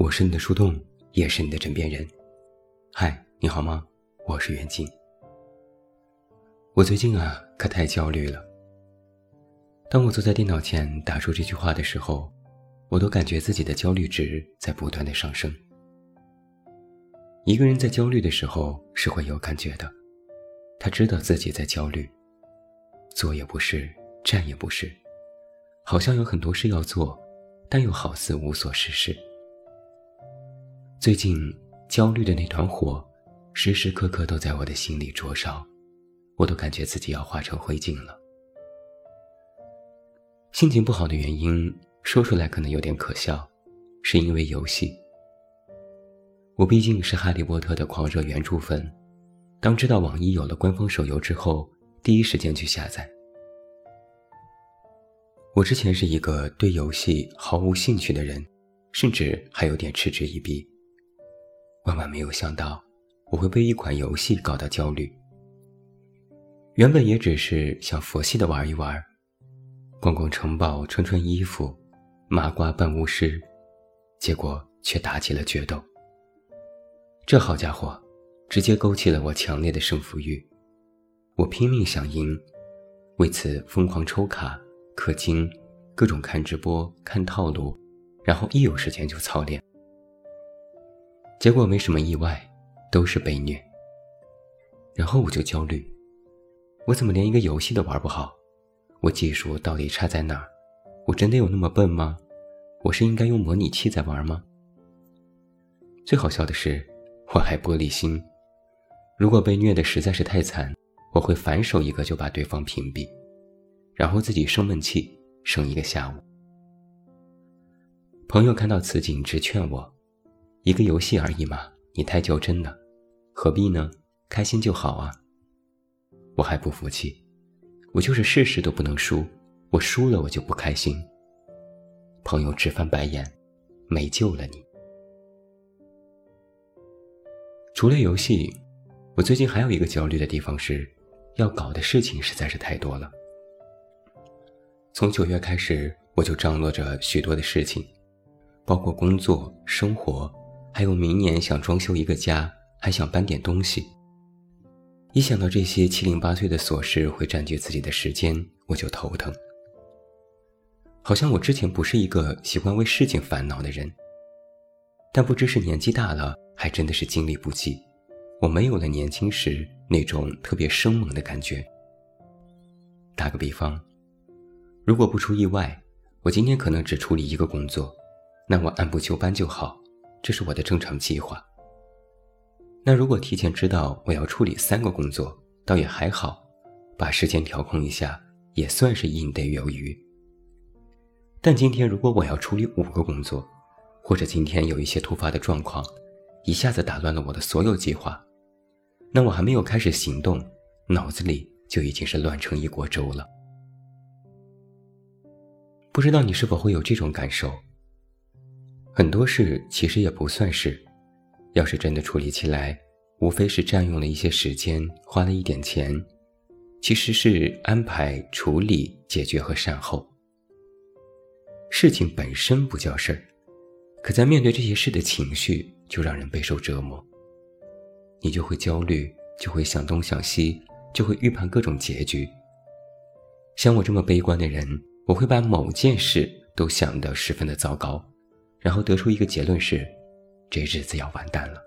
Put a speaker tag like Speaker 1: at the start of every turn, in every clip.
Speaker 1: 我是你的树洞，也是你的枕边人。嗨，你好吗？我是袁静。我最近可太焦虑了。当我坐在电脑前打出这句话的时候，我都感觉自己的焦虑值在不断的上升。一个人在焦虑的时候是会有感觉的，他知道自己在焦虑，坐也不是，站也不是，好像有很多事要做，但又好似无所事事。最近焦虑的那团火时时刻刻都在我的心里灼烧，我都感觉自己要化成灰烬了。心情不好的原因说出来可能有点可笑，是因为游戏。我毕竟是哈利波特的狂热原著粉，当知道网易有了官方手游之后，第一时间去下载。我之前是一个对游戏毫无兴趣的人，甚至还有点嗤之以鼻。万万没有想到我会被一款游戏搞到焦虑。原本也只是想佛系的玩一玩，逛逛城堡，穿穿衣服，麻瓜扮巫师，结果却打起了决斗。这好家伙，直接勾起了我强烈的胜负欲。我拼命想赢，为此疯狂抽卡、氪金，各种看直播、看套路，然后一有时间就操练。结果没什么意外，都是被虐。然后我就焦虑，我怎么连一个游戏都玩不好？我技术到底差在哪儿？我真的有那么笨吗？我是应该用模拟器在玩吗？最好笑的是，我还玻璃心，如果被虐得实在是太惨，我会反手一个就把对方屏蔽，然后自己生闷气，生一个下午。朋友看到此景直劝我，一个游戏而已嘛，你太较真了，何必呢？开心就好啊。我还不服气，我就是试试都不能输，我输了我就不开心。朋友直翻白眼，没救了你。除了游戏，我最近还有一个焦虑的地方是，要搞的事情实在是太多了。从9月开始，我就张罗着许多的事情，包括工作、生活，还有明年想装修一个家，还想搬点东西。一想到这些七零八碎的琐事会占据自己的时间，我就头疼。好像我之前不是一个习惯为事情烦恼的人，但不知是年纪大了，还真的是精力不济，我没有了年轻时那种特别生猛的感觉。打个比方，如果不出意外，我今天可能只处理一个工作，那我按部就班就好，这是我的正常计划。那如果提前知道我要处理3个工作，倒也还好，把时间调控一下，也算是应得有余。但今天如果我要处理5个工作，或者今天有一些突发的状况，一下子打乱了我的所有计划，那我还没有开始行动，脑子里就已经是乱成一锅粥了。不知道你是否会有这种感受？很多事其实也不算事，要是真的处理起来，无非是占用了一些时间，花了一点钱，其实是安排、处理、解决和善后。事情本身不叫事儿，可在面对这些事的情绪就让人备受折磨。你就会焦虑，就会想东想西，就会预判各种结局。像我这么悲观的人，我会把某件事都想得十分的糟糕，然后得出一个结论是，这日子要完蛋了。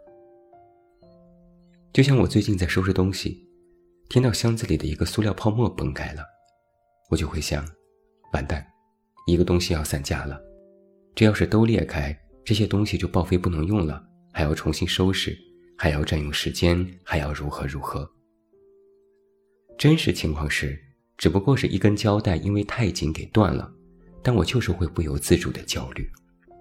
Speaker 1: 就像我最近在收拾东西，听到箱子里的一个塑料泡沫崩开了，我就会想，完蛋，一个东西要散架了，这要是都裂开，这些东西就报废不能用了，还要重新收拾，还要占用时间，还要如何如何。真实情况是，只不过是一根胶带因为太紧给断了，但我就是会不由自主的焦虑。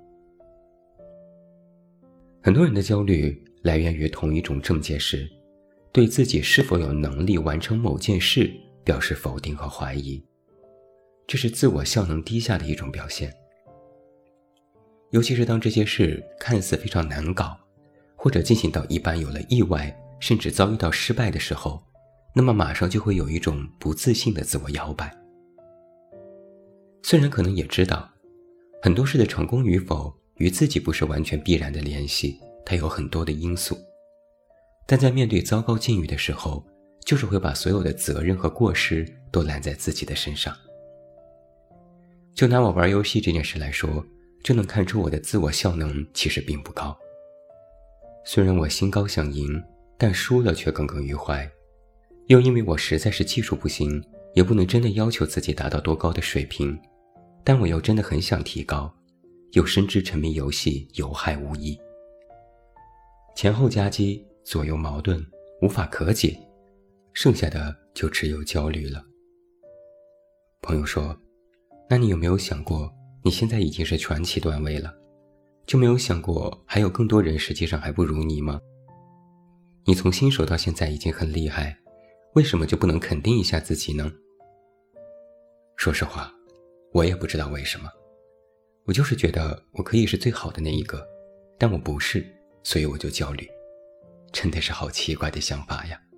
Speaker 1: 很多人的焦虑来源于同一种症结时，对自己是否有能力完成某件事表示否定和怀疑，这是自我效能低下的一种表现。尤其是当这些事看似非常难搞，或者进行到一半有了意外，甚至遭遇到失败的时候，那么马上就会有一种不自信的自我摇摆。虽然可能也知道很多事的成功与否与自己不是完全必然的联系，它有很多的因素。但在面对糟糕境遇的时候，就是会把所有的责任和过失都揽在自己的身上。就拿我玩游戏这件事来说，就能看出我的自我效能其实并不高。虽然我心高想赢，但输了却耿耿于怀，又因为我实在是技术不行，也不能真的要求自己达到多高的水平，但我又真的很想提高，又深知沉迷游戏有害无益。前后夹击，左右矛盾，无法可解，剩下的就只有焦虑了。朋友说，那你有没有想过，你现在已经是传奇段位了，就没有想过还有更多人实际上还不如你吗？你从新手到现在已经很厉害，为什么就不能肯定一下自己呢？说实话，我也不知道为什么，我就是觉得我可以是最好的那一个，但我不是，所以我就焦虑。真的是好奇怪的想法呀。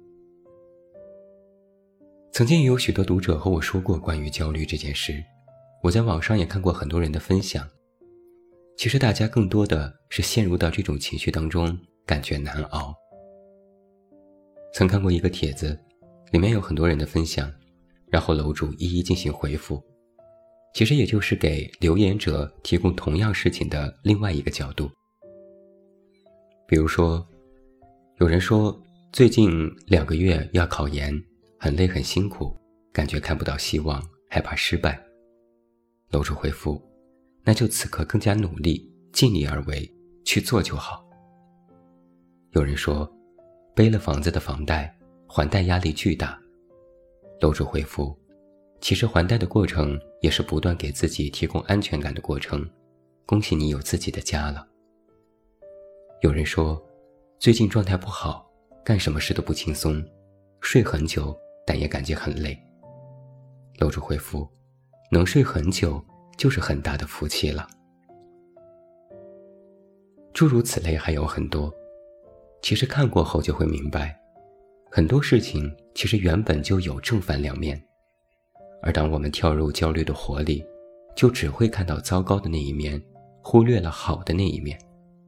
Speaker 1: 曾经也有许多读者和我说过关于焦虑这件事，我在网上也看过很多人的分享。其实大家更多的是陷入到这种情绪当中，感觉难熬。曾看过一个帖子，里面有很多人的分享，然后楼主一一进行回复，其实也就是给留言者提供同样事情的另外一个角度。比如说，有人说最近2个月要考研，很累很辛苦，感觉看不到希望，害怕失败。楼主回复，那就此刻更加努力，尽力而为，去做就好。有人说背了房子的房贷，还贷压力巨大。楼主回复，其实还贷的过程也是不断给自己提供安全感的过程，恭喜你有自己的家了。有人说最近状态不好，干什么事都不轻松，睡很久但也感觉很累。楼主回复，能睡很久就是很大的福气了。诸如此类还有很多，其实看过后就会明白，很多事情其实原本就有正反两面，而当我们跳入焦虑的火里，就只会看到糟糕的那一面，忽略了好的那一面。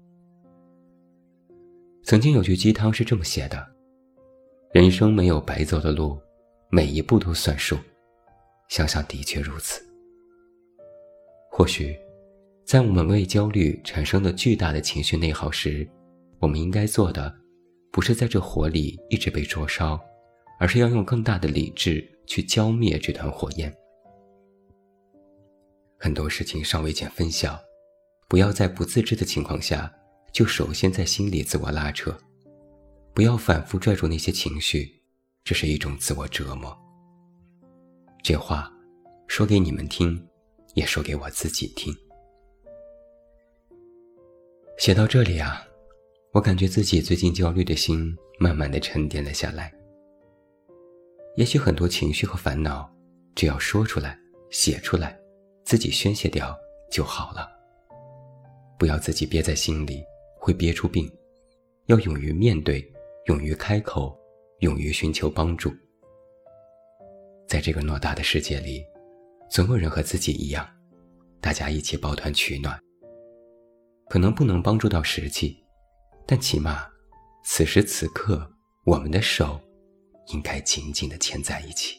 Speaker 1: 曾经有句鸡汤是这么写的，人生没有白走的路，每一步都算数，想想的确如此。或许在我们为焦虑产生了巨大的情绪内耗时，我们应该做的不是在这火里一直被灼烧，而是要用更大的理智去浇灭这团火焰。很多事情尚未见分晓，不要在不自知的情况下就首先在心里自我拉扯，不要反复拽住那些情绪，这是一种自我折磨。这话说给你们听，也说给我自己听。写到这里啊，我感觉自己最近焦虑的心慢慢地沉淀了下来。也许很多情绪和烦恼，只要说出来，写出来，自己宣泄掉就好了。不要自己憋在心里，会憋出病。要勇于面对，勇于开口，勇于寻求帮助。在这个偌大的世界里，总有人和自己一样，大家一起抱团取暖。可能不能帮助到实际，但起码此时此刻，我们的手应该紧紧地牵在一起。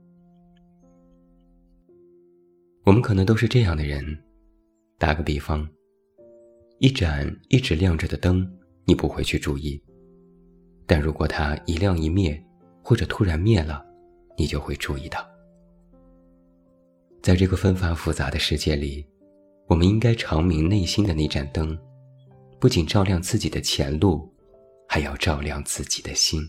Speaker 1: 我们可能都是这样的人，打个比方，一盏一直亮着的灯，你不会去注意，但如果它一亮一灭，或者突然灭了，你就会注意到。在这个纷繁复杂的世界里，我们应该长明内心的那盏灯，不仅照亮自己的前路，还要照亮自己的心。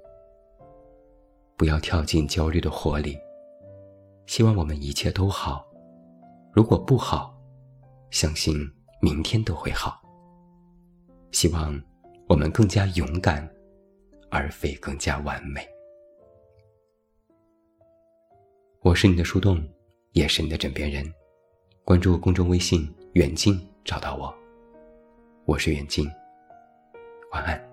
Speaker 1: 不要跳进焦虑的火里，希望我们一切都好，如果不好，相信明天都会好。希望我们更加勇敢，而非更加完美。我是你的树洞，也是你的枕边人。关注公众微信远近找到我，我是远近，晚安。